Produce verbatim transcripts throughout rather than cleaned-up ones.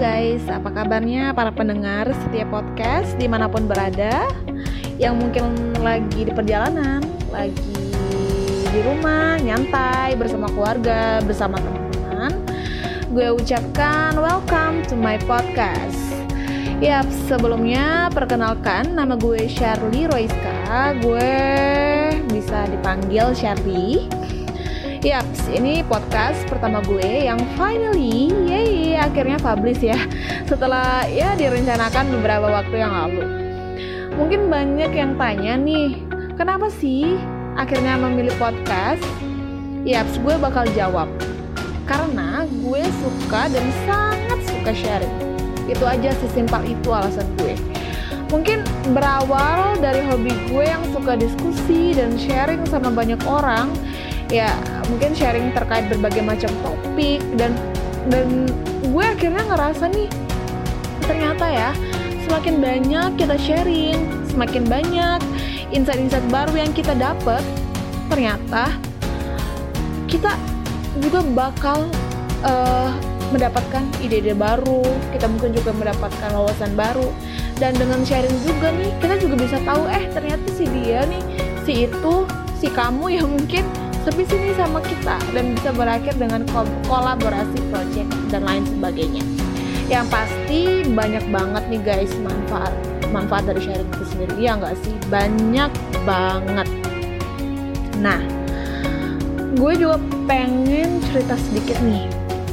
guys, apa kabarnya para pendengar setiap podcast dimanapun berada, yang mungkin lagi di perjalanan, lagi di rumah, nyantai bersama keluarga, bersama teman-teman. Gue ucapkan welcome to my podcast. Yap, sebelumnya perkenalkan, nama gue Charlie Roiska. Gue bisa dipanggil Charlie. Yap, ini podcast pertama gue yang finally, yeay, akhirnya publish ya. Setelah ya direncanakan beberapa waktu yang lalu. Mungkin banyak yang tanya nih, kenapa sih akhirnya memilih podcast? Yap, gue bakal jawab. Karena gue suka dan sangat suka sharing. Itu aja, sesimpel itu alasan gue. Mungkin berawal dari hobi gue yang suka diskusi dan sharing sama banyak orang. Ya mungkin sharing terkait berbagai macam topik dan dan gue akhirnya ngerasa nih, ternyata ya semakin banyak kita sharing, semakin banyak insight-insight baru yang kita dapat, ternyata kita juga bakal uh, mendapatkan ide-ide baru, kita mungkin juga mendapatkan wawasan baru. Dan dengan sharing juga nih, kita juga bisa tahu eh ternyata si dia nih, si itu, si kamu yang mungkin lebih sini sama kita, dan bisa berakhir dengan kolaborasi project dan lain sebagainya. Yang pasti banyak banget nih guys manfaat manfaat dari sharing itu sendiri, ya nggak sih? Banyak banget. Nah, gue juga pengen cerita sedikit nih.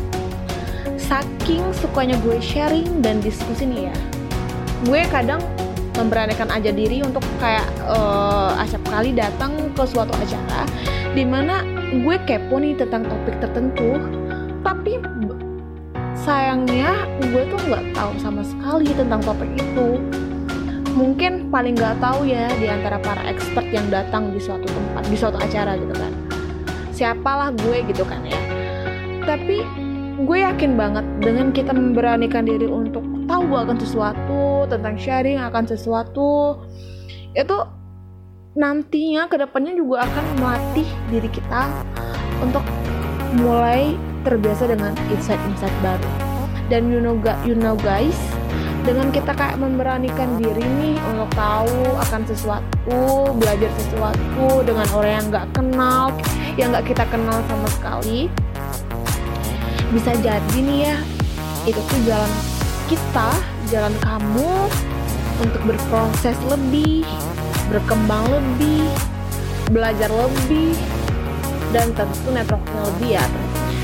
Saking sukanya gue sharing dan diskusi nih ya, gue kadang memberanikan aja diri untuk kayak uh, acap kali datang ke suatu acara dimana gue kepo nih tentang topik tertentu, tapi sayangnya gue tuh nggak tahu sama sekali tentang topik itu. Mungkin paling nggak tahu ya di antara para expert yang datang di suatu tempat, di suatu acara gitu kan. Siapalah gue gitu kan ya. Tapi gue yakin banget dengan kita memberanikan diri untuk tahu akan sesuatu, tentang sharing akan sesuatu, itu nantinya kedepannya juga akan melatih diri kita untuk mulai terbiasa dengan insight-insight baru. Dan you know, you know guys, dengan kita kayak memberanikan diri nih untuk tahu akan sesuatu, belajar sesuatu dengan orang yang gak kenal, yang gak kita kenal sama sekali, bisa jadi nih ya, itu tuh jalan kita, jalan kamu untuk berproses lebih, berkembang lebih, belajar lebih, dan tentu networknya lebih ya tentunya.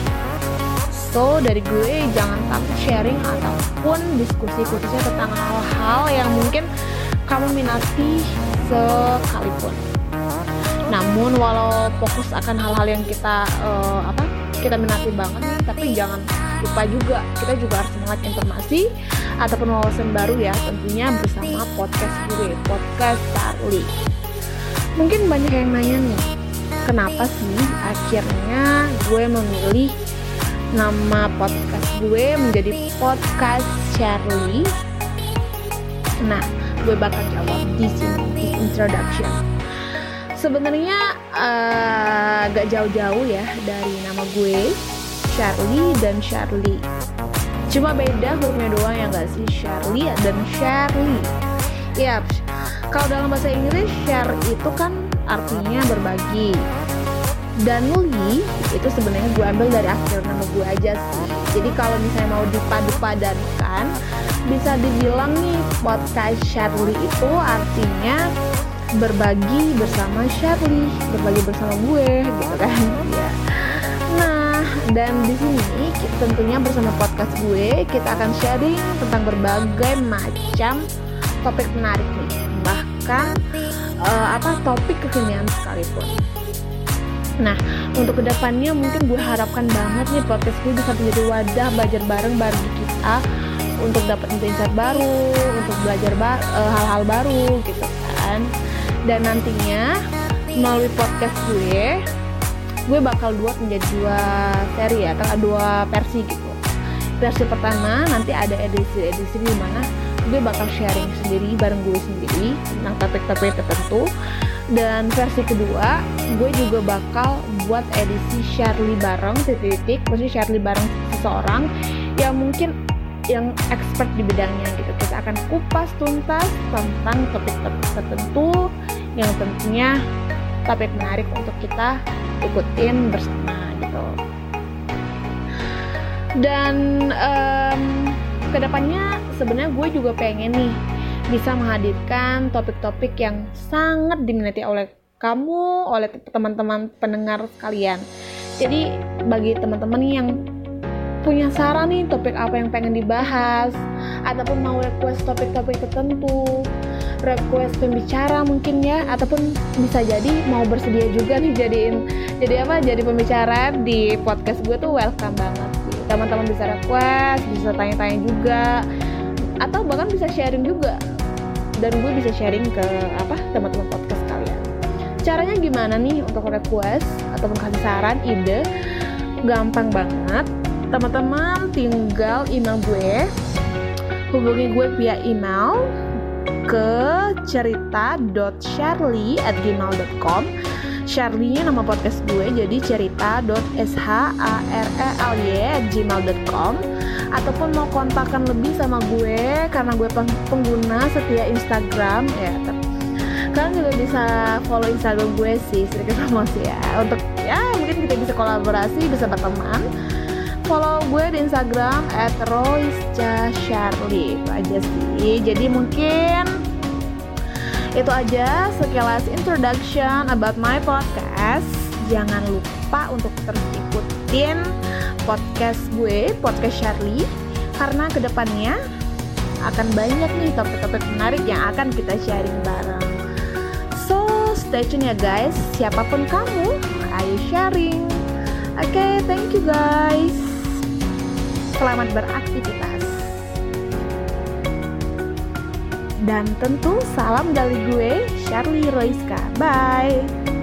So dari gue jangan takut sharing ataupun diskusi khususnya tentang hal-hal yang mungkin kamu minati sekalipun. Namun walau fokus akan hal-hal yang kita uh, apa kita minati banget nih, tapi jangan lupa juga kita juga harus melihat informasi ataupun wawasan baru ya, tentunya bersama podcast gue, podcast Charlie. Mungkin banyak yang nanya nih, kenapa sih akhirnya gue memilih nama podcast gue menjadi podcast Charlie? Nah, gue bakal jawab di sini, di introduction. Sebenarnya uh, gak jauh-jauh ya dari nama gue, Charlie dan Charlie. Cuma beda hurufnya doang ya gak sih, Charlie dan Charlie. Yap, kalau dalam bahasa Inggris share itu kan artinya berbagi. Dan Li itu sebenarnya gue ambil dari akhir nama gue aja sih. Jadi kalau misalnya mau dipadu-padankan, bisa dibilang nih podcast Charlie itu artinya berbagi bersama Charlie, berbagi bersama gue gitu kan ya. Nah, dan di sini tentunya bersama podcast gue kita akan sharing tentang berbagai macam topik menarik nih, bahkan uh, apa topik kekinian sekalipun. Nah, untuk kedepannya mungkin gue harapkan banget nih podcast gue bisa menjadi wadah belajar bareng bagi kita untuk dapat insight baru, untuk belajar ba- uh, hal-hal baru gitu kan. Dan nantinya melalui podcast gue, gue bakal buat menjadi dua seri ya, atau dua versi gitu. Versi pertama nanti ada edisi-edisi di mana gue bakal sharing sendiri bareng gue sendiri tentang topik-topik tertentu. Dan versi kedua, gue juga bakal buat edisi Charlie bareng titik-titik, maksudnya Charlie bareng seseorang yang mungkin yang expert di bidangnya gitu. Kita akan kupas tuntas tentang topik-topik tertentu yang tentunya topik menarik untuk kita ikutin bersama gitu. Dan um, kedepannya sebenarnya gue juga pengen nih bisa menghadirkan topik-topik yang sangat diminati oleh kamu, oleh teman-teman pendengar sekalian. Jadi bagi teman-teman yang punya saran nih topik apa yang pengen dibahas, ataupun mau request topik-topik tertentu, request pembicara mungkin ya, ataupun bisa jadi mau bersedia juga nih jadiin jadi apa jadi pembicara di podcast gue tuh welcome banget sih. Teman-teman bisa request, bisa tanya-tanya juga, atau bahkan bisa sharing juga, dan gue bisa sharing ke apa teman-teman podcast kalian. Caranya gimana nih untuk request ataupun kasih saran, ide? Gampang banget. Teman-teman tinggal email gue, hubungi gue via email ke cerita dot sharly at gmail dot com. Sharly-nya nama podcast gue, jadi cerita dot sharly at gmail dot com. Ataupun mau kontakkan lebih sama gue karena gue pengguna setia Instagram ya, kalian juga bisa follow Instagram gue sih, sedikit promosi ya, untuk ya mungkin kita bisa kolaborasi, bisa berteman. Follow gue di Instagram at roiscasharly. Itu aja sih. Jadi mungkin itu aja sekilas introduction about my podcast. Jangan lupa untuk terus ikutin podcast gue, podcast Sharly, karena kedepannya akan banyak nih topik-topik menarik yang akan kita sharing bareng. So stay tune ya guys. Siapapun kamu, ayo sharing. Oke, okay, thank you guys. Selamat beraktivitas. Dan tentu salam dari gue, Sharly Roiska. Bye.